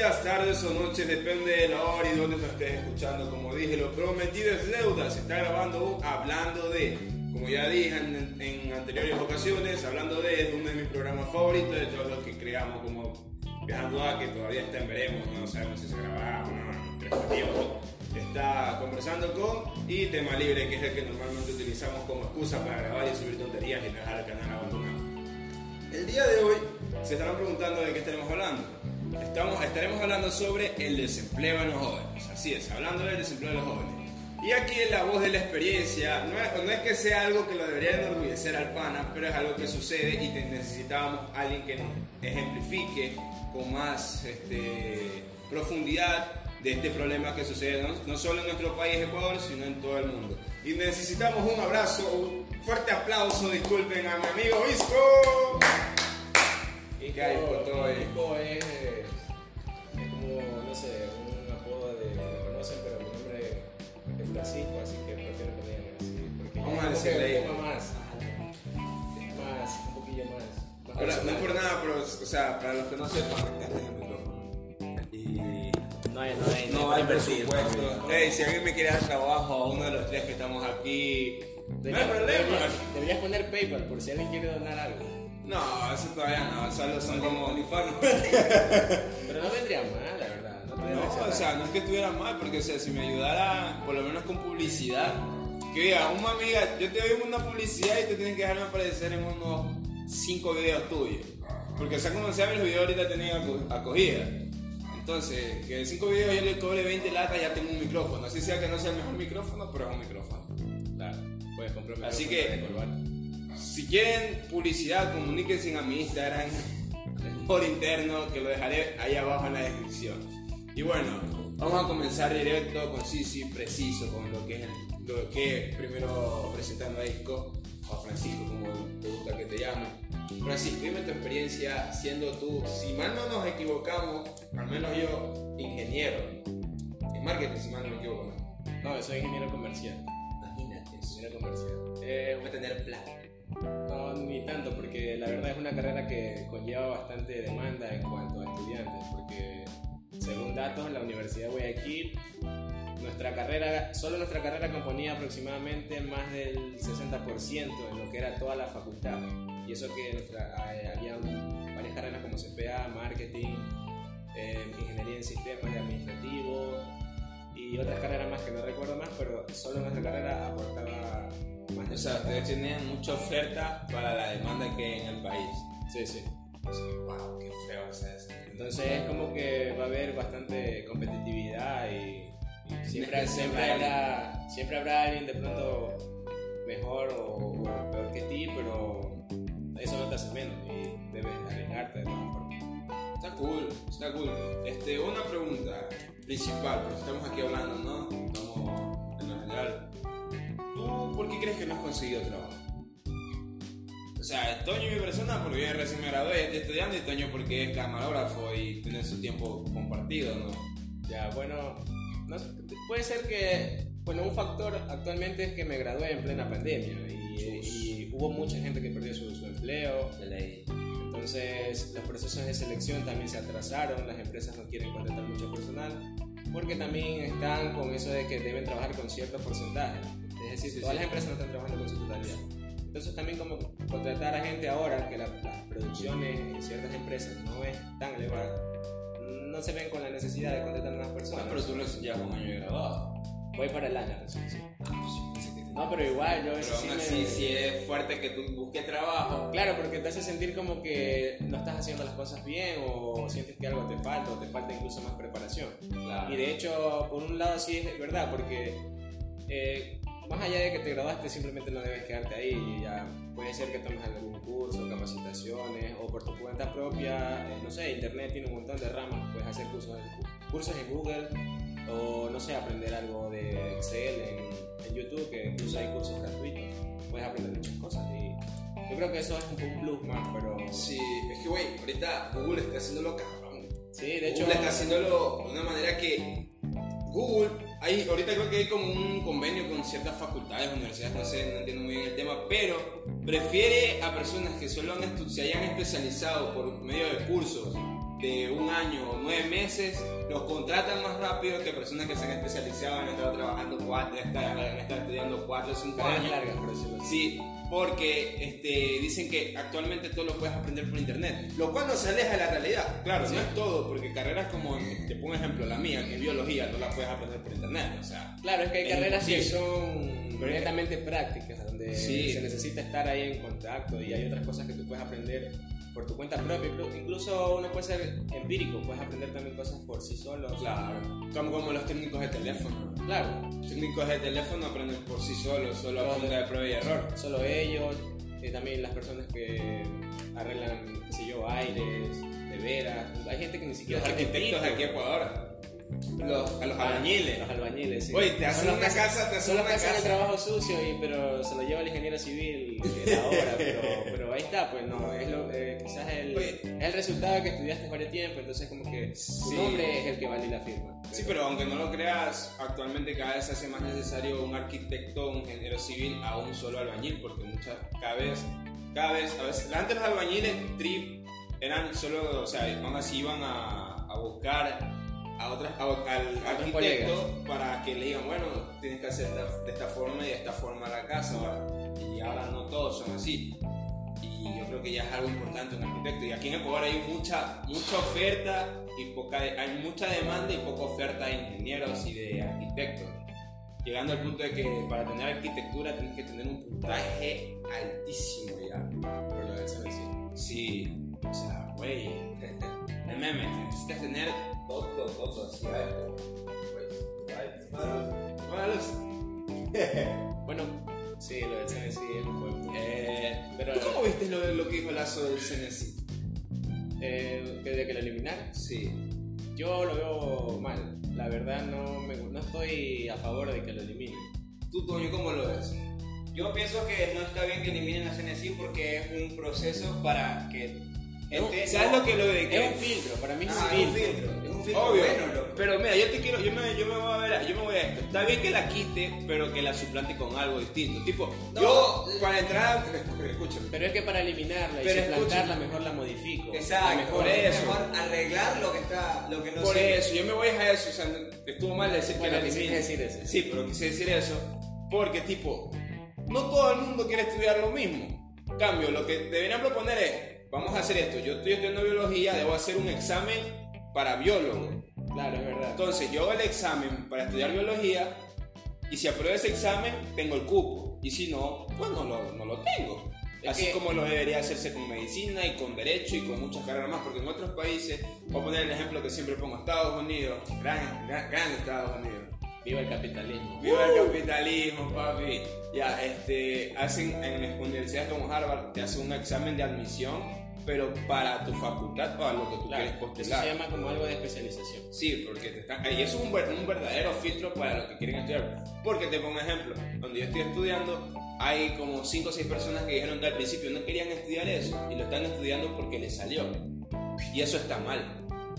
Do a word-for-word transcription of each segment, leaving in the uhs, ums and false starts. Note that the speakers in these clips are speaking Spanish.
días, tardes o noches, depende de la hora y donde nos estés escuchando. Como dije, lo prometido es deuda. Se está grabando un Hablando de, como ya dije en, en anteriores ocasiones, Hablando de es uno de mis programas favoritos de todos los que creamos, como Viajando a, que todavía está en veremos, no sabemos si se grabará o no, pero está tiempo. Está conversando con y Tema Libre, que es el que normalmente utilizamos como excusa para grabar y subir tonterías y dejar el canal abandonado. El día de hoy se estarán preguntando de qué estaremos hablando. Estamos, estaremos hablando sobre el desempleo en los jóvenes. Así es, hablando del desempleo de los jóvenes. Y aquí en la voz de la experiencia, no es, no es que sea algo que lo debería enorgullecer al pana, pero es algo que sucede y te necesitábamos a alguien que nos ejemplifique con más este, profundidad de este problema que sucede ¿no? no solo en nuestro país, Ecuador, sino en todo el mundo. Y necesitamos un abrazo, un fuerte aplauso, disculpen a mi amigo Isco. ¿Qué hay por todo ahí? Isco es, es como, no sé, un apodo de, me conocen, pero mi nombre es Francisco, así que prefiero ponerme así. Porque vamos a decirle un poco más, más, un poquillo más. más Ahora, no es por nada, pero, o sea, para los que no sepan, este es el micrófono. Y no hay, no hay, no, no hay presupuesto. Hey, si alguien me quiere dar trabajo a uno de los tres que estamos aquí, no hay problema. Deberías, deberías poner PayPal por si alguien quiere donar algo. No, eso todavía no, solo son como OnlyFans. Pero no vendría mal, la verdad. No, no o sea, no es que estuviera mal, porque o sea, si me ayudara, por lo menos con publicidad, que diga, una amiga, yo te doy una publicidad y te tienes que dejarme aparecer en unos cinco videos tuyos. Porque o sea, como sea, mis videos ahorita tenían acogida. Entonces, que de cinco videos yo le cobre veinte latas, ya tengo un micrófono. Así sea que no sea el mejor micrófono, pero es un micrófono. Claro, puedes comprar un micrófono. Así que, si quieren publicidad, comuníquense a mi Instagram por interno, que lo dejaré ahí abajo en la descripción. Y bueno, vamos a comenzar directo, conciso y preciso con lo que es el, lo que es primero presentando a Isco o a Francisco, como te gusta que te llame. Francisco, dime tu experiencia siendo tú, si mal no nos equivocamos, al menos yo, ingeniero en marketing, si mal no me equivoco. No, yo soy ingeniero comercial. Imagínate, ingeniero comercial. Eh, voy a tener plata. No, ni tanto, porque la verdad es una carrera que conlleva bastante demanda en cuanto a estudiantes, porque según datos en la Universidad de Guayaquil, nuestra carrera, solo nuestra carrera componía aproximadamente más del sesenta por ciento en lo que era toda la facultad. Y eso que nuestra, eh, había varias carreras como C P A, marketing, eh, ingeniería en sistemas de administrativo y otras carreras más que no recuerdo más, pero solo nuestra carrera aportaba más. O sea, ustedes tenían mucha oferta para la demanda que hay en el país. Sí, sí. Así que, wow, qué feo es eso. Entonces es como que va a haber bastante competitividad y, y siempre, siempre, habrá, siempre habrá alguien de pronto mejor o, o peor que ti, pero eso no te hace menos y debes arriesgarte de alguna forma. Está cool, está cool. Este, una pregunta principal, porque estamos aquí hablando, ¿no? Estamos en lo general. ¿Tú por qué crees que no has conseguido trabajo? O sea, Toño y mi persona porque yo recién me gradué de estudiante y Toño porque es camarógrafo y tiene su tiempo compartido, ¿no? Ya, bueno, no, puede ser que, bueno, un factor actualmente es que me gradué en plena pandemia y, y hubo mucha gente que perdió su, su empleo. De ley. Entonces, los procesos de selección también se atrasaron, las empresas no quieren contratar mucho personal porque también están con eso de que deben trabajar con cierto porcentaje. Es decir, sí, todas sí. las empresas no están trabajando con su totalidad. Entonces también como contratar a gente ahora que la, las producciones en ciertas empresas no es tan elevada, no se ven con la necesidad de contratar a más personas. Ah, pero tú recién llevas un año de graduado. Voy para el año recién, sí. Ah, pues sí, no, pero igual yo... Pero sí aún así, me... si es fuerte que tú busques trabajo. Claro, porque te hace sentir como que no estás haciendo las cosas bien o sientes que algo te falta o te falta incluso más preparación. Claro. Y de hecho, por un lado sí es verdad, porque... Eh, más allá de que te graduaste, simplemente no debes quedarte ahí y ya puede ser que tomes algún curso, capacitaciones o por tu cuenta propia, eh, no sé, internet tiene un montón de ramas, puedes hacer cursos en, cursos en Google o no sé, aprender algo de Excel en, en YouTube, que incluso hay cursos gratuitos, puedes aprender muchas cosas y yo creo que eso es un plus más, pero... Sí, es que güey, ahorita Google está haciéndolo cabrón. Sí, de hecho... Google está haciéndolo de una manera que Google... Hay, ahorita creo que hay como un convenio con ciertas facultades, universidades, no sé, no entiendo muy bien el tema, pero prefiere a personas que solo han estu- se hayan especializado por medio de cursos de un año o nueve meses los contratan más rápido que personas que se han especializado, han estado trabajando cuatro, han estado estudiando cuatro o cinco años. Largas, por decirlo así. Sí, porque este, dicen que actualmente todo lo puedes aprender por internet, lo cual no se aleja de la realidad. Claro, sí. No es todo, porque carreras como, te pongo un ejemplo, la mía, que es biología, no la puedes aprender por internet. O sea, claro, es que hay carreras que son netamente prácticas, donde sí. se necesita estar ahí en contacto, y hay otras cosas que tú puedes aprender por tu cuenta propia. Incluso uno puede ser empírico, puedes aprender también cosas por sí solo. Claro, como, como los técnicos de teléfono. Claro, los técnicos de teléfono aprenden por sí solos, solo a punta de prueba y error. Solo ellos, y también las personas que arreglan, qué sé yo, aires, neveras. Hay gente que ni siquiera... Los arquitectos de aquí en Ecuador. Los, a los albañiles. Los albañiles, sí. Oye, te hacen una casa, te hacen una casa. Solo hacen el trabajo sucio, y, pero se lo lleva el ingeniero civil de la obra. pero, pero ahí está, pues no, es lo, eh, quizás el, es el resultado que estudiaste varios tiempo, entonces como que tu sí. nombre es el que vale la firma. Pero, sí, pero aunque no lo creas, actualmente cada vez se hace más necesario un arquitecto, un ingeniero civil a un solo albañil, porque muchas, cada vez, cada vez, a veces, antes los albañiles trip eran solo, o sea, aún así iban a, a buscar a otras, a, al arquitecto colegas, para que le digan, bueno, tienes que hacer esta, de esta forma y de esta forma la casa, ¿verdad? Y ahora no todos son así, y yo creo que ya es algo importante un arquitecto. Y aquí en Ecuador hay mucha, mucha oferta y poca, hay mucha demanda y poca oferta de ingenieros y de arquitectos, llegando al punto de que para tener arquitectura tienes que tener un puntaje altísimo ya. Por lo del C N C. Sí, o sea, güey, el meme, necesitas tener todo, todo, todo así, algo. Pues, malos. Bueno, sí, lo del C N C es un buen. Eh, pero, ¿tú cómo viste lo, lo que dijo Lazo del C N C? Eh, ¿Que de que lo eliminaran? Sí. Yo lo veo mal. La verdad, no, me, no estoy a favor de que lo eliminen. ¿Tú, Toño, cómo lo ves? Yo pienso que no está bien que eliminen a C N C porque es un proceso para que gente... ¿Sabes lo que lo de que es un filtro? Para mí es ah, un filtro. filtro. Es un filtro obvio, bueno, loco. Pero mira, yo te quiero, yo me, yo me voy a ver, yo me voy a esto. Está bien que la quite, pero que la suplante con algo distinto. Tipo, no, yo para entrar, escúchame. Pero es que para eliminarla y pero suplantarla mejor la modifico. Exacto. Mejor eso. Mejor arreglar lo que está, lo que no Por sirve. eso, yo me voy a eso. O sea, estuvo mal decir bueno, que la elimine. decir eso. Sí, pero quise decir eso porque tipo, no todo el mundo quiere estudiar lo mismo. En cambio, lo que deberían proponer es, vamos a hacer esto. Yo estoy estudiando biología, debo hacer un examen para biólogo. Claro, es verdad. Entonces yo hago el examen para estudiar biología y si apruebo ese examen tengo el cupo, y si no, pues no lo, no lo tengo. Es así que... como lo debería hacerse con medicina y con derecho y con muchas carreras más, porque en otros países, voy a poner el ejemplo que siempre pongo, Estados Unidos, gran, gran, gran Estados Unidos. Viva el capitalismo. Viva el capitalismo, papi. Ya, este, hacen en universidades como Harvard, te hacen un examen de admisión, pero para tu facultad, para lo que tú claro, quieres postular. Eso se llama como algo de especialización. Sí, porque te están, y eso es un, un verdadero filtro para los que quieren estudiar. Porque te pongo un ejemplo, donde yo estoy estudiando, hay como cinco o seis personas que dijeron que al principio no querían estudiar eso, y lo están estudiando porque les salió. Y eso está mal.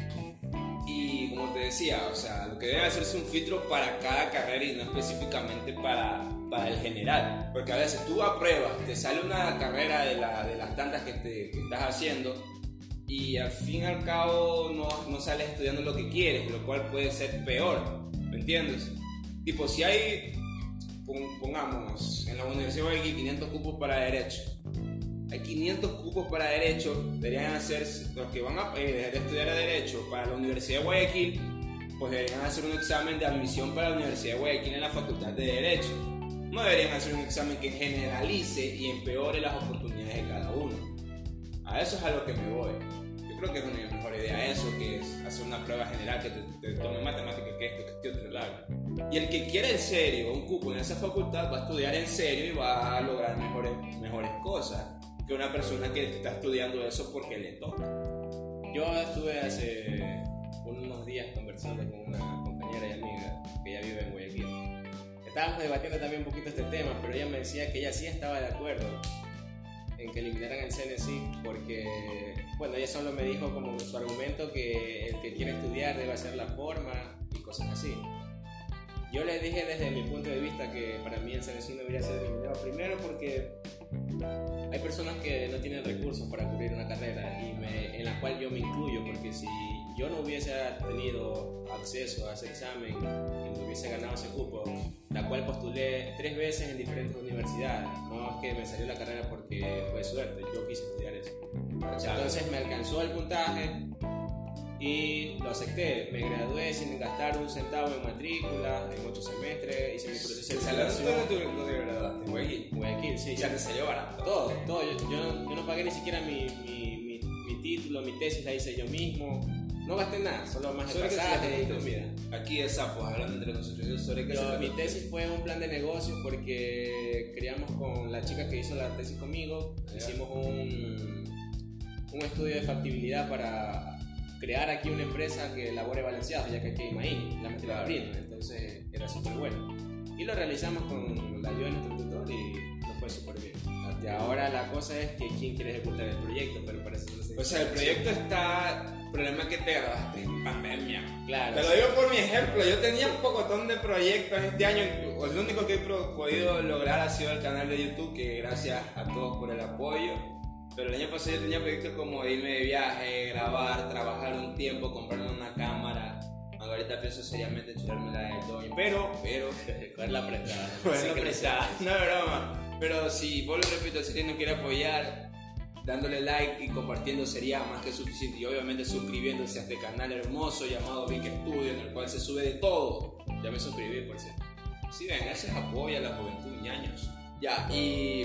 Y como te decía, o sea, lo que debe hacerse un filtro para cada carrera y no específicamente para, para el general. Porque a veces tú apruebas, te sale una carrera de, la, de las tantas que, te, que estás haciendo y al fin y al cabo no, no sales estudiando lo que quieres, lo cual puede ser peor, ¿me entiendes? Tipo, si hay, pongamos, en la Universidad de Guayaquil quinientos cupos para Derecho, hay quinientos cupos para Derecho, deberían hacer, los que van a eh, estudiar Derecho para la Universidad de Guayaquil, pues deberían hacer un examen de admisión para la Universidad de Guayaquil en la Facultad de Derecho. No deberían hacer un examen que generalice y empeore las oportunidades de cada uno. A eso es a lo que me voy. Yo creo que es una mejor idea eso, que es hacer una prueba general que te, te tome matemáticas, que esto, que esto, otro lado. Y el que quiere en serio un cupo en esa facultad va a estudiar en serio y va a lograr mejores, mejores cosas que una persona que está estudiando eso porque le toca. Yo estuve hace unos días conversando con una compañera y amiga que ya vive en Guayaquil. Estábamos debatiendo también un poquito este tema, pero ella me decía que ella sí estaba de acuerdo en que eliminaran el C N C porque, bueno, ella solo me dijo como su argumento que el que quiere estudiar debe hacer la forma y cosas así. Yo le dije desde mi punto de vista que para mí el C N C no debería ser eliminado, primero porque hay personas que no tienen recursos para cubrir una carrera y me, en la cual yo me incluyo, porque si yo no hubiese tenido acceso a ese examen y me hubiese ganado ese cupo, la cual postulé tres veces en diferentes universidades, no es que me salió la carrera porque fue suerte, yo quise estudiar eso. Entonces me alcanzó el puntaje y lo acepté. Me gradué sin gastar un centavo en matrícula, en ocho semestres, hice mi proceso de titulación. ¿Dónde te graduaste? ¿En Guayaquil? Guayaquil, sí. Ya te salió barato. Todo, todo. Yo, yo, no, yo no pagué ni siquiera mi, mi, mi, mi título, mi tesis la hice yo mismo. No gasté nada, solo más de pasaje y comida. Aquí es Sapos, hablando entre nosotros. Sobre qué Pero mi tesis fue un plan de negocio porque creamos con la chica que hizo la tesis conmigo, yeah. hicimos un, un estudio de factibilidad para crear aquí una empresa que elabore balanceados, ya que aquí hay maíz, la materia prima, entonces era súper bueno. Y lo realizamos con la ayuda de nuestro tutor y nos fue súper bien. Y ahora la cosa es que quién quiere ejecutar el proyecto, pero parece que no se... O sea, el proyecto está... El problema es que te graduaste en pandemia. Claro. Te lo digo por mi ejemplo. Yo tenía un pocotón de proyectos este año. El único que he podido lograr ha sido el canal de YouTube, que gracias a todos por el apoyo. Pero el año pasado yo tenía proyectos como irme de viaje, grabar, trabajar un tiempo, comprarme una cámara. Ahorita pienso seriamente tirarme la de Toño. Pero, pero... Cogerla prestada. Cogerla prestada. No es broma. Pero si, vos lo repito, si alguien nos quiere apoyar, dándole like y compartiendo sería más que suficiente. Y obviamente suscribiéndose a este canal hermoso llamado Vic Studio, en el cual se sube de todo. Ya me suscribí, por cierto. Sí, ven, ese apoya a la juventud, ñaños. Ya, y...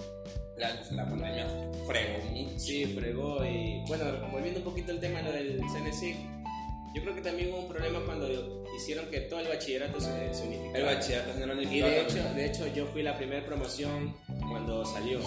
La, la pandemia fregó mucho. Sí, fregó. Y bueno, volviendo un poquito al tema lo del C N C, yo creo que también hubo un problema cuando hicieron que todo el bachillerato se, se unificara. El bachillerato se unificó. Y de hecho, de hecho yo fui la primera promoción cuando salió.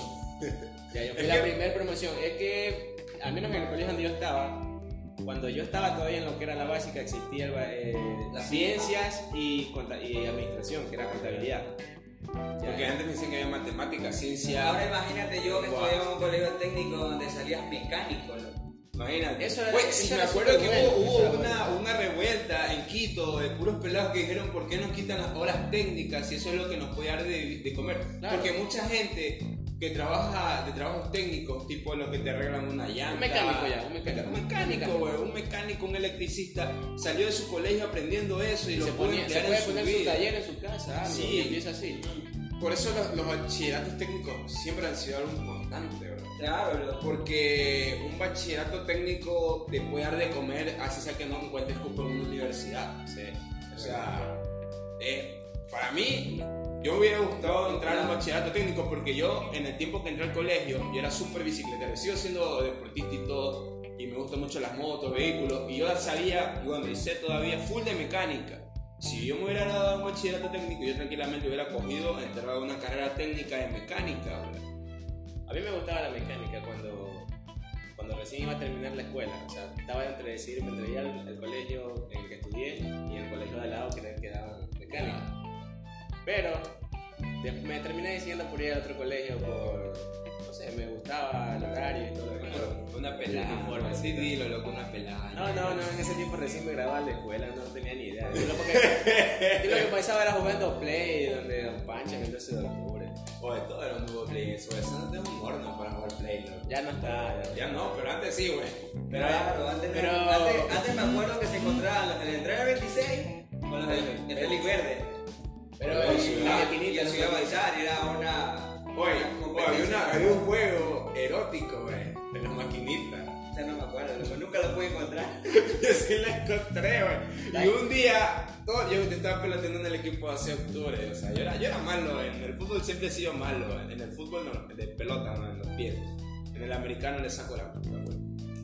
Ya, yo fui la primera promoción. Es que, al menos en el colegio donde yo estaba, cuando yo estaba todavía en lo que era la básica, existía el, eh, las ciencias y, y administración, que era contabilidad. Ya, porque antes me decían que había matemáticas, ciencia. Ahora imagínate yo que wow. estudiaba en un colegio técnico donde salías mecánico, ¿no? Imagínate. Eso era, pues, eso si era me acuerdo que bueno, hubo, hubo una, bueno. una revuelta en Quito de puros pelados que dijeron ¿por qué nos quitan las horas técnicas si eso es lo que nos puede dar de, de comer? Claro. Porque mucha gente que trabaja de trabajos técnicos, tipo los que te arreglan una llanta. Un mecánico ya, un mecánico. Un mecánico, güey, un mecánico, un electricista, salió de su colegio aprendiendo eso y, y lo puede emplear se puede en su poner vida. su taller en su casa, algo, sí. Y empieza así. Por eso los, los bachilleratos técnicos siempre han sido algo importante, ¿verdad? Claro, porque un bachillerato técnico te puede dar de comer, así sea que no encuentres cupo en una universidad. Sí. O sea, eh, para mí, yo me hubiera gustado entrar a un bachillerato técnico porque yo, en el tiempo que entré al colegio, yo era súper bicicletero, sigo siendo deportista y todo, y me gustan mucho las motos, vehículos, y yo sabía, y bueno, hice todavía full de mecánica. Si yo me hubiera dado un bachillerato técnico, yo tranquilamente hubiera cogido, entrado a una carrera técnica de mecánica, ¿verdad? A mí me gustaba la mecánica cuando, cuando recién iba a terminar la escuela. O sea, estaba entre decidirme entre ir al, al colegio en el que estudié y el colegio de al lado que era el que daba mecánica. Pero de, me terminé decidiendo por ir al otro colegio por, no sé, me gustaba el horario y todo lo demás. Una pelada, sí, dilo, loco, una pelada. No, no, no, en ese tiempo recién me graduaba en la escuela, no tenía ni idea. Yo lo, porque, yo lo que pensaba era jugando Play, donde Don Pancho en el doce de octubre. Oye, todo era un nuevo Play, eso, eso no tengo un horno para jugar Play, ¿no? Ya no está, ya, ya no, pero antes sí, güey. Pero, claro, antes, pero... antes, antes me acuerdo que se encontraban los de la entrada veintiséis con los del de Félix Verde. Pero y, y, y eso iba a avanzar, era una... Oye, oye había, una, había un juego erótico, güey, de las maquinitas. O sea, no me acuerdo, loco, nunca lo pude encontrar. Yo sí la encontré, güey. Y un día, todo, yo estaba peloteando en el equipo hace octubre, o sea, yo era, yo era malo, en el fútbol siempre he sido malo, en el fútbol no, de pelota, no, en los pies. En el americano le saco la puta, güey.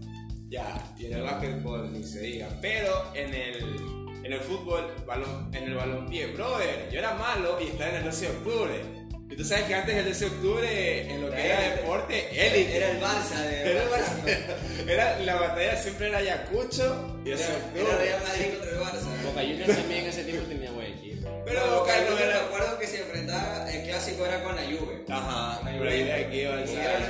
Ya, y en el básquetbol ni se diga, pero en el... En el fútbol, balón, en el balompié, brother, yo era malo y estaba en el doce de octubre. Y tú sabes que antes del doce de octubre, en lo que era, era deporte, élite. Era el Barça de era, el Barça. Era la batalla, siempre era Ayacucho y era, era Real Madrid contra el Barça. Boca Juniors también en ese tiempo tenía buen equipo. Pero no, Boca Juniors, me acuerdo que se enfrentaba, el clásico era con la Juve. Ajá, pero la idea de que iba a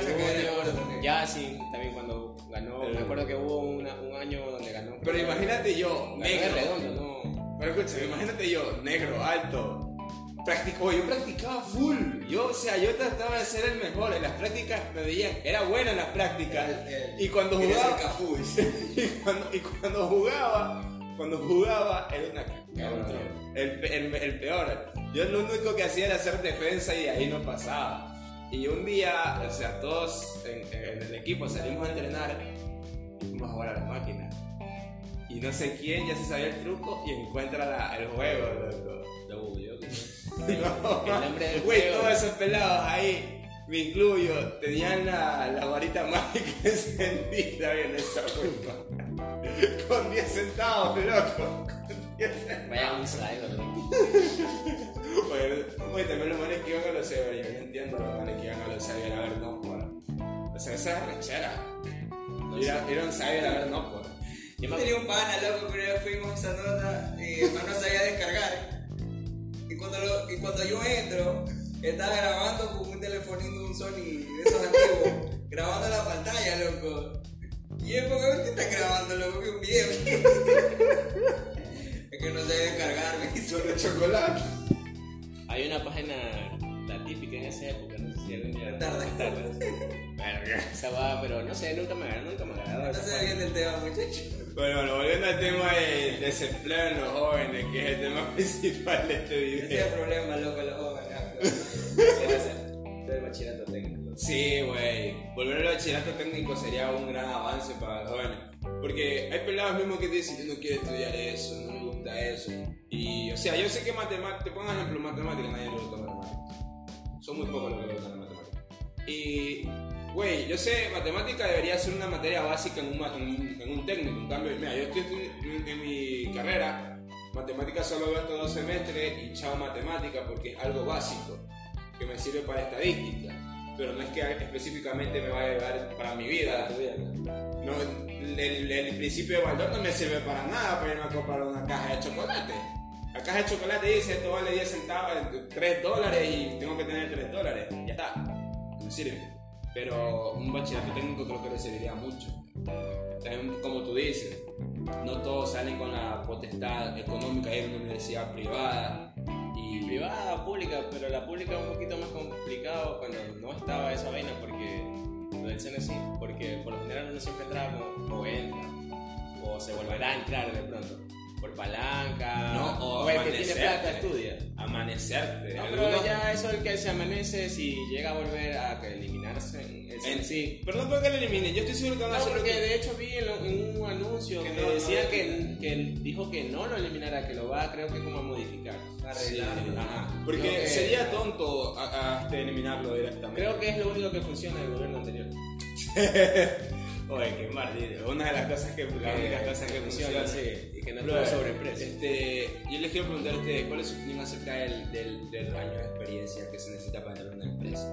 ser ya sí, también cuando ganó, pero, me acuerdo que hubo una, un año donde ganó. Pero imagínate yo, negro. Redondo, no. Pero escucha, imagínate yo, negro, alto, Practico, yo practicaba full. Yo, o sea, yo trataba de ser el mejor. En las prácticas me veían, era bueno en las prácticas. El- el- y cuando eres jugaba. el Cafú. y, cuando, y cuando jugaba, cuando jugaba, era una Cabrón. cabrón. El, el, el peor. Yo lo único que hacía era hacer defensa y de ahí no pasaba. Y un día, o sea, todos en, en el equipo salimos a entrenar y fuimos a jugar a las máquinas. Y no sé quién ya se sabía el truco y encuentra la, el juego, loco. Lo googleó. No, El nombre del güey, juego. todos esos pelados ahí, me incluyo, tenían la, la varita mágica encendida en esa hueva. Con diez centavos, loco. Con diez centavos. Vaya un cyber, ¿no? Oye, oye, también los manes que iban a los cyber, yo no entiendo los manes que iban a los cyber a ver no por. O sea, esa es rechera. Ir a, ir a un cyber a ver no por. Yo tenía un pana, loco, pero ya fuimos a esa nota y el man no sabía descargar. Y cuando, lo, y cuando yo entro, estaba grabando con un telefonito, un Sony de esos antiguos, grabando la pantalla, loco. Y es porque ¿qué estás grabando, loco? Que un video. Es que no sabía descargar, me hizo Son de chocolate. Hay una página, la típica en esa época, no sé si algún día. Tarde. Verga. Esa va, pero no sé, nunca me agarró, nunca me agarró. No esa se ve página. bien el tema, muchacho. Bueno, bueno, volviendo al tema del desempleo en los jóvenes, que es el tema principal de este Ese es video. el problema, loco, los jóvenes. ¿Qué va a hacer? Del bachillerato técnico. Sí, güey. Volver al bachillerato técnico sería un gran avance para los jóvenes. Porque hay pelados mismos que te dicen, yo no quiero estudiar eso, no me gusta eso. Y, o sea, yo sé que matemáticas, te pongo ejemplo, matemáticas, nadie le gusta matemáticas. Son muy pocos los que le gustan las matemáticas. Y, güey, yo sé, matemática debería ser una materia básica en un, ma- en un, en un técnico. En cambio, mira, yo estoy en, en mi carrera, matemática solo veo estos dos semestres y chao matemática porque es algo básico que me sirve para estadística. Pero no es que específicamente me vaya a llevar para mi vida. Tu vida, ¿no? No, el, el principio de valor no me sirve para nada para irme a comprar una caja de chocolate. La caja de chocolate dice esto vale diez centavos, tres dólares y tengo que tener tres dólares. Ya está, no me sirve. Pero un bachillerato técnico creo que le serviría mucho. También, como tú dices, no todos salen con la potestad económica de ir a una universidad privada. Y Privada o pública, pero la pública es un poquito más complicado cuando no estaba esa vaina porque lo del C N C, porque por lo general uno siempre entraba como, o entra, o se volverá a entrar de pronto, por palanca, No, o el que tiene amanecerte. plata estudia. amanecerte. No, Algunos- pero ya eso el que se amanece, si llega a volver a que eliminarse el C En N C. sí. Pero no creo que lo eliminen. Yo estoy seguro que van a No, hacer lo porque que- de hecho vi en, lo- en un anuncio Que que, no, no decía lo que, eliminen. que él dijo que no lo eliminara, que lo va creo que como a modificar. Sí, Arreglar. ajá. Porque Creo que- sería tonto a, a, este, eliminarlo directamente. Creo que es lo único que funciona del gobierno anterior. Oye, qué maldito. Una de las cosas que, las únicas cosas que funciona. sí, y que no Bro, tuvo sobreprecio. Este, yo les quiero preguntar a ustedes, ¿cuál es su opinión acerca del, del, del año de experiencia que se necesita para entrar en una empresa?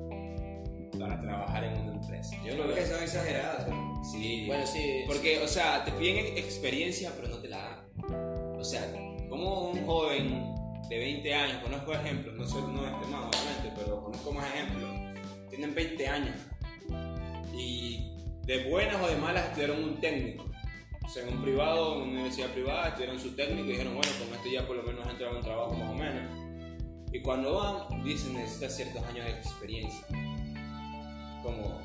Para trabajar en una empresa. Yo lo Creo que veo. son exagerados. ¿no? Sí. Bueno, sí. Porque, o sea, te piden ex- experiencia, pero no te la dan. O sea, como un joven de veinte años, conozco ejemplos, no soy no este más, obviamente, pero conozco más ejemplos, tienen veinte años y de buenas o de malas estudiaron un técnico. O sea, en un privado, en una universidad privada, estudiaron su técnico y dijeron, bueno, con esto ya por lo menos entraron en un trabajo más o menos. Y cuando van, dicen, necesitas ciertos años de experiencia. Como,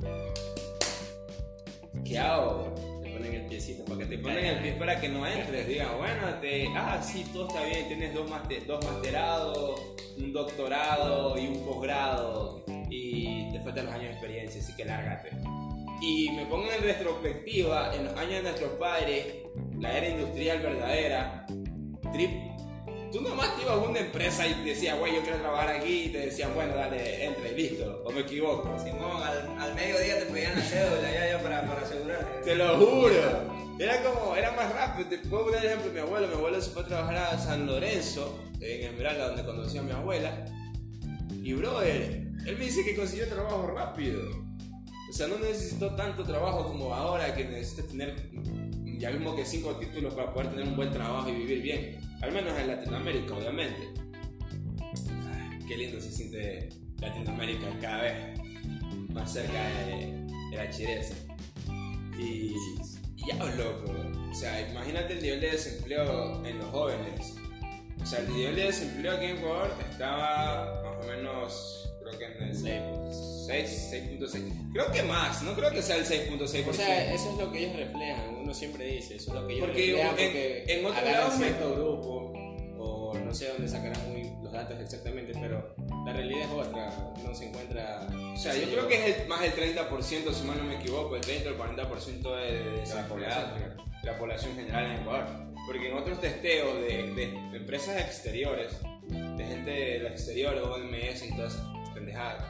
¿qué hago? Te ponen el piecito para que te Te ponen el pie para que no entres, digan, bueno, te, ah, sí, todo está bien, tienes dos, master, dos masterados, un doctorado y un posgrado y te faltan los años de experiencia, así que lárgate. Y me pongo en retrospectiva, en los años de nuestros padres, la era industrial verdadera, trip, tú nomás te ibas a una empresa y te decías, güey, yo quiero trabajar aquí, y te decían, bueno, dale, entra y listo, o me equivoco. Simón, al, al mediodía te pedían la cédula ya, ya para, para asegurarte. Te lo juro. Era como, era más rápido. Te puedo poner el ejemplo de mi abuelo. Mi abuelo se fue a trabajar a San Lorenzo, en Esmeralda, donde conocí a mi abuela. Y brother, él me dice que consiguió trabajo rápido. O sea, no necesitó tanto trabajo como ahora, que necesitas tener ya mismo que cinco títulos para poder tener un buen trabajo y vivir bien. Al menos en Latinoamérica, obviamente. Ay, qué lindo se siente Latinoamérica cada vez más cerca de, de la chireza. Y, y ya, loco. O sea, imagínate el nivel de desempleo en los jóvenes. O sea, el nivel de desempleo aquí en Ecuador estaba más o menos, creo que en el seis punto seis. Creo que más, no creo que sea el seis punto seis por ciento. O sea, eso es lo que ellos reflejan, uno siempre dice, eso es lo que ellos porque reflejan, en, porque en otro agarran lado cierto grupo, o no sé dónde sacarán muy los datos exactamente, pero la realidad es otra, no se encuentra... O sea, yo creo que es el, más del treinta por ciento, si mal no me equivoco, el treinta o el cuarenta por ciento de, de, de la población, la población general en Ecuador. Porque en otros testeos de, de, de empresas exteriores, de gente del exterior, O M S y todas esas pendejadas,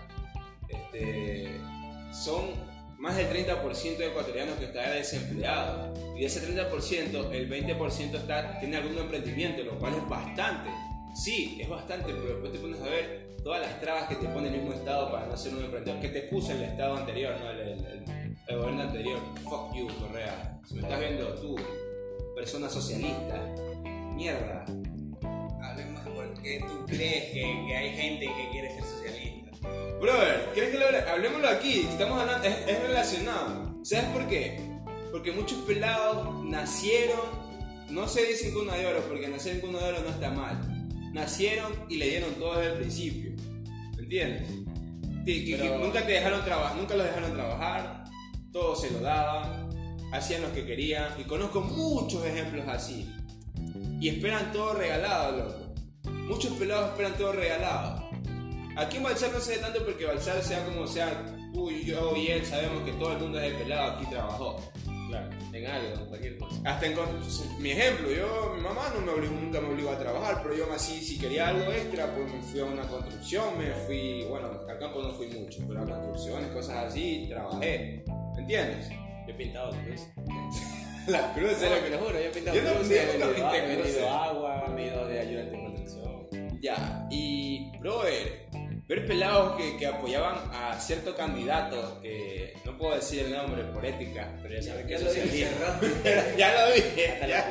este, son más del treinta por ciento de ecuatorianos que están desempleados. Y de ese treinta por ciento, el veinte por ciento está, tiene algún emprendimiento, lo cual es bastante. Sí, es bastante, pero después te pones a ver todas las trabas que te pone el mismo Estado para no ser un emprendedor, que te puso el Estado anterior, ¿no? el, el, el, el gobierno anterior. Fuck you, Correa. Si me estás viendo tú, persona socialista, mierda. Hablemos de por qué tú crees que, que hay gente que quiere ser socialista. Brother, ¿quieres que lo hable? Hablemoslo aquí? Estamos hablando, es, es relacionado. ¿Sabes por qué? Porque muchos pelados nacieron, no se dicen cuna de oro, porque nacer en cuna de oro no está mal. Nacieron y le dieron todo desde el principio. ¿Me entiendes? Que, que, Pero... que nunca te dejaron trabajar, nunca los dejaron trabajar, todo se lo daban, hacían lo que querían. Y conozco muchos ejemplos así. Y esperan todo regalado, loco. Muchos pelados esperan todo regalado. Aquí en Balsar no se ve tanto porque Balsar, sea como sea, tú y yo y él sabemos que todo el mundo es de pelado aquí trabajó. Claro, en algo, en cualquier cosa. Hasta en mi ejemplo, yo, mi mamá no me obligó, nunca me obligó a trabajar, pero yo aún así, si quería algo extra, pues me fui a una construcción, me fui, bueno, al campo no fui mucho, pero a construcciones, cosas así, trabajé. ¿Me entiendes? Yo he pintado cruz. Las cruces, no, te lo juro, yo he pintado yo no, cruz, yo he nunca vendido, pinté he vendido cruces. agua, me he ido de ayudante en construcción. Ya, y, brother, ver pelados que, que apoyaban a cierto candidato, que no puedo decir el nombre por ética, pero ya saben que es socialista. Ya lo dije. Ya.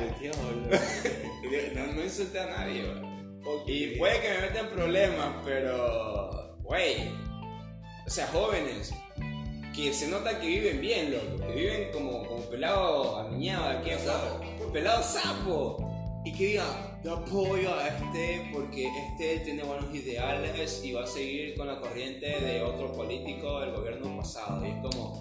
No, no insulté a nadie, bro. Y puede que me metan problemas, pero, güey, o sea, jóvenes que se nota que viven bien, loco, que viven como, como pelado aniñado de aquí afuera, pelado sapo. Y que diga, yo apoyo a este porque este tiene buenos ideales y va a seguir con la corriente de otro político del gobierno pasado. Y es como,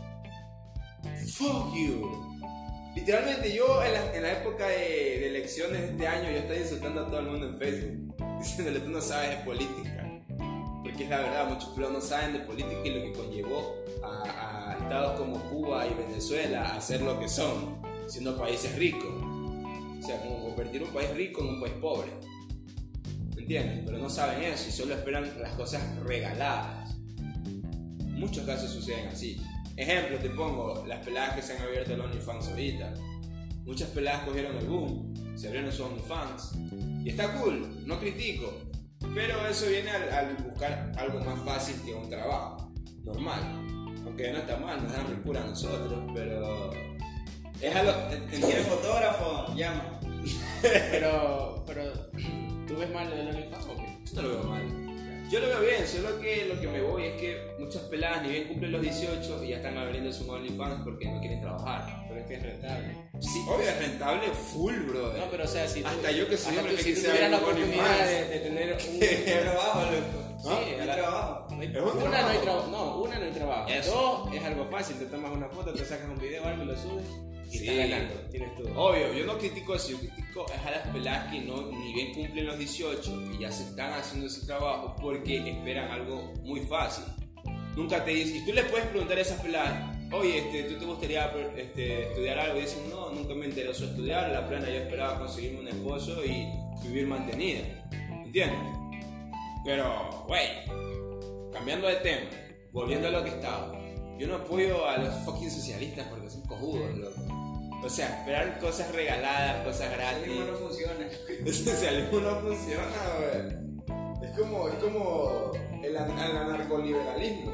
fuck you. Literalmente yo en la, en la época de, de elecciones de este año yo estaba insultando a todo el mundo en Facebook, diciéndole tú no sabes de política. Porque es la verdad, muchos pelados no saben de política y lo que conllevó a, a estados como Cuba y Venezuela a ser lo que son, siendo países ricos. O sea, como convertir un país rico en un país pobre. ¿Me entiendes? Pero no saben eso y solo esperan las cosas regaladas. Muchos casos suceden así. Ejemplo, te pongo las peladas que se han abierto el OnlyFans ahorita. Muchas peladas cogieron el boom, se abrieron sus OnlyFans. Y está cool, no critico. Pero eso viene al, al buscar algo más fácil que un trabajo normal. Aunque no está mal, nos dan ripura a nosotros, pero... Es algo... ¿Quieres fotógrafo? Llama. Pero, pero, ¿tú ves mal el OnlyFans o qué? Yo no lo veo mal. Yo lo veo bien, solo que lo que me voy es que muchas peladas ni bien cumplen los dieciocho y ya están abriendo su OnlyFans porque no quieren trabajar. Pero es que es rentable. Sí, obvio, es rentable full, bro. No, pero o sea, si tú, hasta yo que soy hombre tú, que si tú quise tuvieras la abrir un oportunidad OnlyFans. de, de tener un... ¿Qué trabajo, loco? ¿Ah? Sí, hay trabajo. No hay, Es un una trabajo. no hay trabajo, no, una no hay trabajo. Eso. Dos, es algo fácil, te tomas una foto, te sacas un video, algo y lo subes y Sí. estás ganando, tienes todo. Obvio, yo no critico eso, yo critico es a las peladas que no, ni bien cumplen los dieciocho y ya se están haciendo ese trabajo porque esperan algo muy fácil. Nunca te dicen, y tú les puedes preguntar a esas peladas, oye, este, ¿tú te gustaría este, estudiar algo? Y dicen, no, nunca me interesó estudiar, la plana yo esperaba conseguirme un esposo y vivir mantenida, ¿entiendes? Pero, güey, cambiando de tema, volviendo a lo que estaba, yo no apoyo a los fucking socialistas porque son cojudos, loco. O sea, esperar cosas regaladas, cosas gratis. No, no funciona. El socialismo no funciona, güey. Es como, es como el, an- el anarcoliberalismo.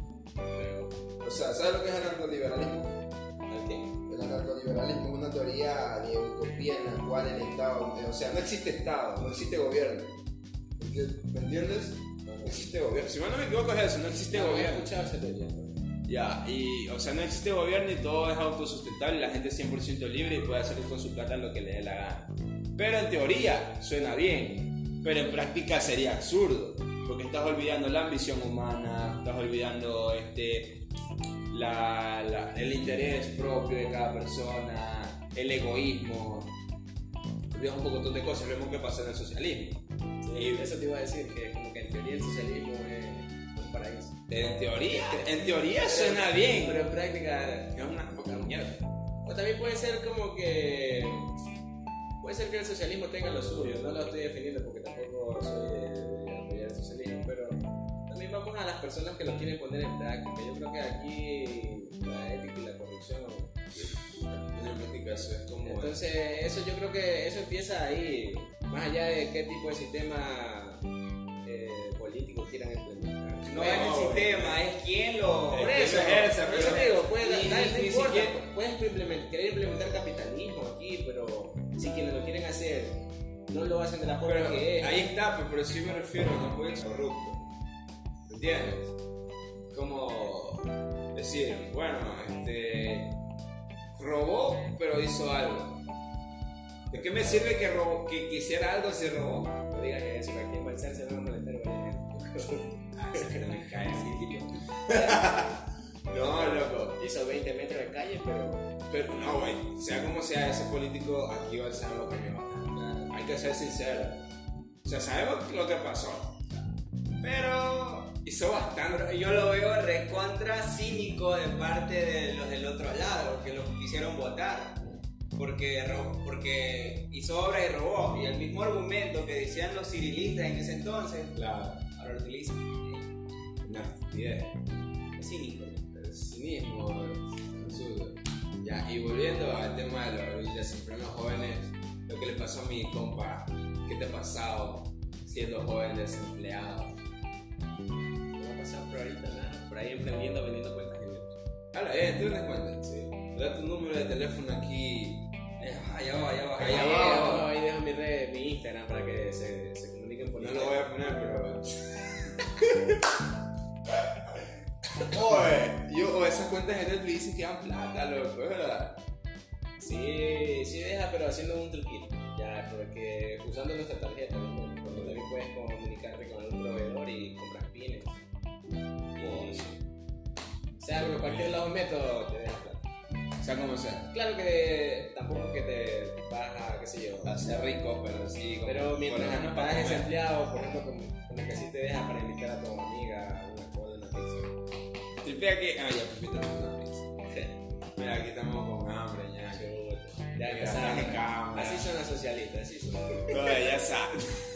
O sea, ¿sabes lo que es el anarcoliberalismo? El anarcoliberalismo es una teoría de utopía en la cual el Estado, o sea, no existe Estado, no existe gobierno. ¿Me entiendes? No existe gobierno. Si mal no me equivoco es eso, no existe No, gobierno. he escuchado esa teoría. Ya, y o sea, no existe gobierno y todo es autosustentable, la gente es cien por ciento libre y puede hacer con su plata lo que le dé la gana. Pero en teoría suena bien. pero en práctica sería absurdo, porque estás olvidando la ambición humana, estás olvidando este, la, la, el interés propio de cada persona, el egoísmo, olvidas un montón de cosas, lo mismo que pasa en el socialismo. Sí, eso te iba a decir, que como que en teoría el socialismo es un paraíso. En teoría, en teoría suena bien, pero en práctica es una poca mierda. O también puede ser como que puede ser que el socialismo tenga lo suyo, no lo estoy defendiendo porque tampoco soy de, de apoyar el socialismo, pero también vamos a las personas que lo quieren poner en práctica. Yo creo que aquí la ética y la corrupción, En práctica eso es como... entonces eso yo creo que eso empieza ahí, más allá de qué tipo de sistema eh, político quieran implementar. No es el sistema, es quien lo... Por Es eso, que lo ejerce, por eso pero- digo, puede, ni- no, ni- no ni importa, siquiera- puedes implementar, querer implementar capitalismo aquí, pero si quienes lo quieren hacer no lo hacen de la forma Pero que es. ahí está, pero por eso yo me refiero, no puede ser corrupto. ¿Entiendes? Como decir, bueno, este robó, pero hizo algo. ¿De qué me sirve que robó, que, que hiciera algo si robó? No digas eso, que aquí en Balsar se van a molestar varias Ah, ese que no me cae, sí, tío. No, loco. hizo veinte metros de calle, pero Pero no, güey. Sea como sea ese político, aquí va a ser lo cambió bastante. Hay que ser sincero. O sea, sabemos lo que pasó. Pero hizo bastante. Yo lo veo recontra cínico de parte de los del otro lado, que lo quisieron votar. Porque, ro- porque hizo obra y robó. Y el mismo argumento que decían los cirilistas en ese entonces, Claro. ahora lo utilizan. Una estupidez. Es cínico. El cinismo es absurdo. Ya, y volviendo al tema de los desempleo jóvenes, lo que le pasó a mi compa, ¿qué te ha pasado siendo joven desempleado? no va a pasar por ahorita nada. Por ahí emprendiendo, vendiendo cuentas de YouTube. Hala, eh, ¿tú das cuenta? Sí. Da tu número de teléfono aquí. Eh, Allá va, allá va. Allá Ahí abajo. dejo- ahí dejo mi red, mi Instagram para que se, se comuniquen por No ahí. lo voy a poner, pero. Oye, yo, o esas cuentas de Netflix dicen que dan plata, loco, es verdad. Sí, sí deja, pero haciendo un truquito. Ya, porque usando nuestra tarjeta, ¿no? Porque también puedes comunicarte con algún proveedor y compras pines. Y, o sea, por cualquier lado método te deja plata. O sea, como sea. Claro que tampoco es que te vas a, qué sé yo, A ser rico, pero sí. como- pero mientras por lo menos estás para comer. desempleado, por ejemplo, como, como que sí te deja para invitar a tu amiga a una cola, una pizza. Tripea que. Ah, ya, Pepito, una pizza. Mira, aquí estamos con hambre, ya. Ya, Mira, ya sabes, dame cámara. así son las socialistas, así son. Oye, ya sabes.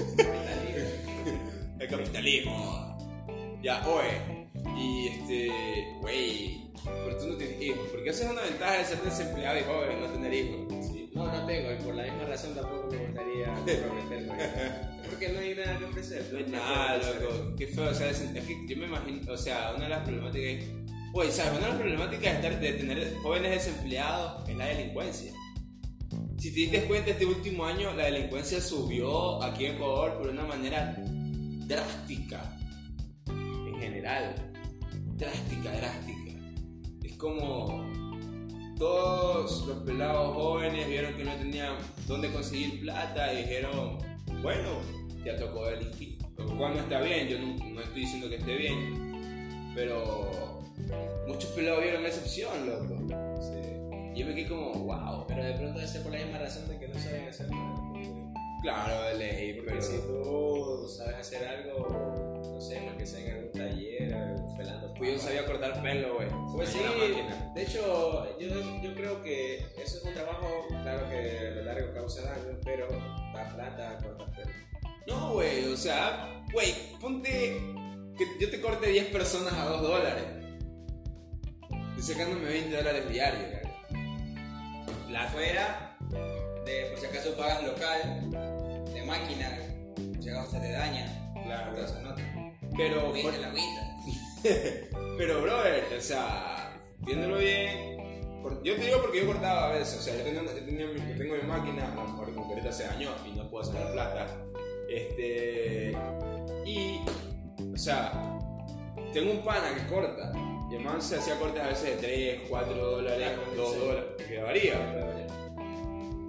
El capitalismo. Ya, oye. Y este. Wey. Pero tú no tienes hijos. Porque esa es una ventaja de ser desempleado y joven, no tener hijos. Sí. No, no tengo, y por la misma razón tampoco me gustaría comprometerme. Porque no hay nada que ofrecer. No hay nada, loco. Qué feo, o sea, es, es que yo me imagino, o sea, una de las problemáticas es. Oye, ¿sabes? Una de las problemáticas de, estar, de tener jóvenes desempleados es la delincuencia. Si te diste cuenta, este último año la delincuencia subió aquí en Ecuador por una manera drástica. En general. Drástica, drástica. Es como todos los pelados jóvenes vieron que no tenían dónde conseguir plata y dijeron, bueno, ya tocó delinquir. Lo cual no está bien, yo no, no estoy diciendo que esté bien, pero muchos pelados vieron esa opción, loco. Sí. Y yo me quedé como, wow. Pero de pronto debe ser por la misma razón de que no saben hacer nada. Claro, de ley, Porque pero si tú sabes hacer algo, no sé, más que sea en algún taller, o pelando. pues yo sabía cortar pelo, güey. Pues sí, Tenía la máquina. de hecho, yo, yo creo que eso es un trabajo, claro que a lo largo causa daño, pero da plata, cortas pelo. No, güey, o sea, güey, ponte que yo te corte diez personas a dos dólares. Estoy sacándome veinte dólares diarios, güey. La fuera, de por si acaso pagas local, de máquina, si acaso se te daña. Claro, Todo eso, ¿no? pero, Viste por- la agüita. pero, brother, o sea, viéndolo bien, por- yo te digo porque yo cortaba a veces, o sea, yo, tenía, yo, tenía mi- yo tengo mi máquina, a lo mejor como que ahorita se dañó y no puedo sacar plata, este, y, o sea, tengo un pana que corta, y el man se hacía cortes a veces de tres, cuatro dólares, Claro, dos sí. dólares, que varía.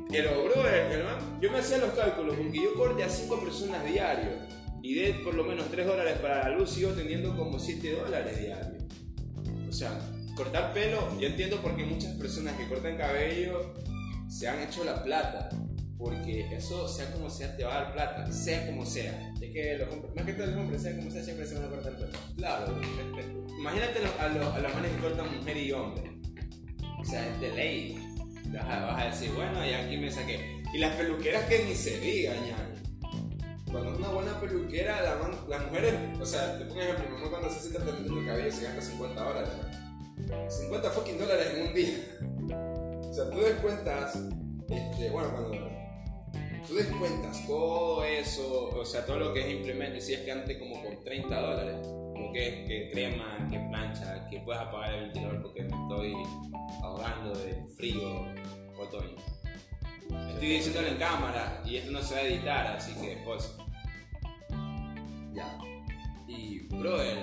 Pero, bro, el man, yo me hacía los cálculos, con que yo corte a cinco personas diario y de por lo menos tres dólares para la luz, sigo teniendo como siete dólares diarios. O sea, cortar pelo, yo entiendo por qué muchas personas que cortan cabello se han hecho la plata. Porque eso, sea como sea, te va a dar plata, sea como sea. Es que los hombres, más que todos los hombres, sea como sea, siempre se van a cortar el pelo. Claro, imagínate a los, a los manes que cortan mujer y hombre. O sea, es de ley. Vas a, vas a decir, bueno, y aquí me saqué. Y las peluqueras que ni se digan, ya. Cuando es una buena peluquera, la man, las mujeres, o sea, te pongo ejemplo, mi mamá cuando se hace tratamiento de cabello se gasta cincuenta dólares. cincuenta fucking dólares en un día. O sea, tú descuentas, este, bueno, cuando tú descuentas todo eso, o sea, todo lo que es implemento, si es que antes como con treinta dólares, como que, que crema, que plancha, que puedes apagar el ventilador porque me estoy ahogando de frío otoño. Estoy diciéndolo en cámara y esto no se va a editar, así que pues ya. Y brother,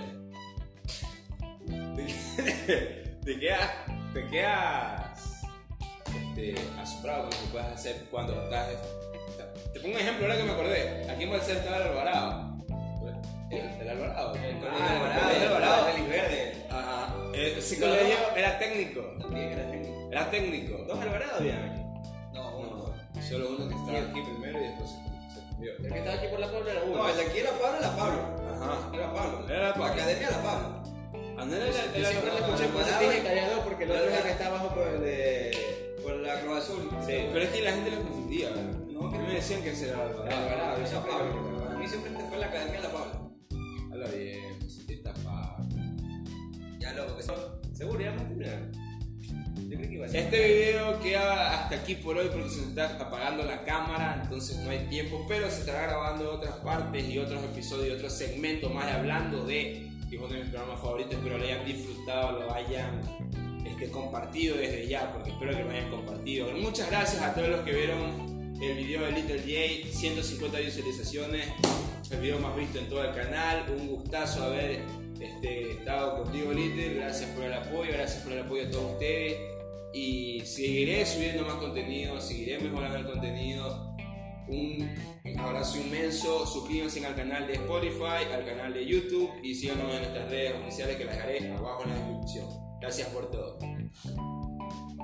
te, te quedas, te quedas este, asombrado con lo que puedes hacer cuando estás. Te pongo un ejemplo ahora que me acordé. Aquí en Balsar estaba el Alvarado. El, el Alvarado. El colegio Ah, Alvarado, el el Alvarado. Félix Verde. Ajá. Ese colegio era técnico. También era técnico. Era técnico. Dos Alvarados habían aquí. No, uno. No, solo uno que estaba aquí primero y después se, se cambió. El que estaba aquí por la Puebla era uno. No, el de aquí era Pablo, era Pablo. Ajá. Era Pablo. Era La Pablo. academia era Pablo. Andar era Yo el siempre lo escuché por eso te dije que había dos, porque el otro es el que está abajo por el de... Por la Cruz Azul. Sí. Pero es que la gente lo confundía. No, A mí me decían que ese era el El Alvarado. Alvarado, yo Era siempre Pablo. creo que era Para mí siempre este fue la academia de la Pablo. Habla bien, pues, qué estafa. Ya loco, que son. Seguro, ya vamos a terminar. Yo creo que iba a ser. Este video queda hasta aquí por hoy porque se nos está apagando la cámara, entonces no hay tiempo, pero se estará grabando otras partes y otros episodios, otros segmentos más hablando de, que es uno de mis programas favoritos. Espero lo hayan disfrutado, lo hayan este, compartido desde ya, porque espero que lo hayan compartido. Muchas gracias a todos los que vieron el video de Little J, ciento cincuenta visualizaciones, el video más visto en todo el canal. Un gustazo haber este, estado contigo, Little. Gracias por el apoyo, gracias por el apoyo a todos ustedes. Y seguiré subiendo más contenido, seguiré mejorando el contenido. Un abrazo inmenso. Suscríbanse al canal de Spotify, al canal de YouTube y síganos en nuestras redes oficiales que las dejaré abajo en la descripción. Gracias por todo.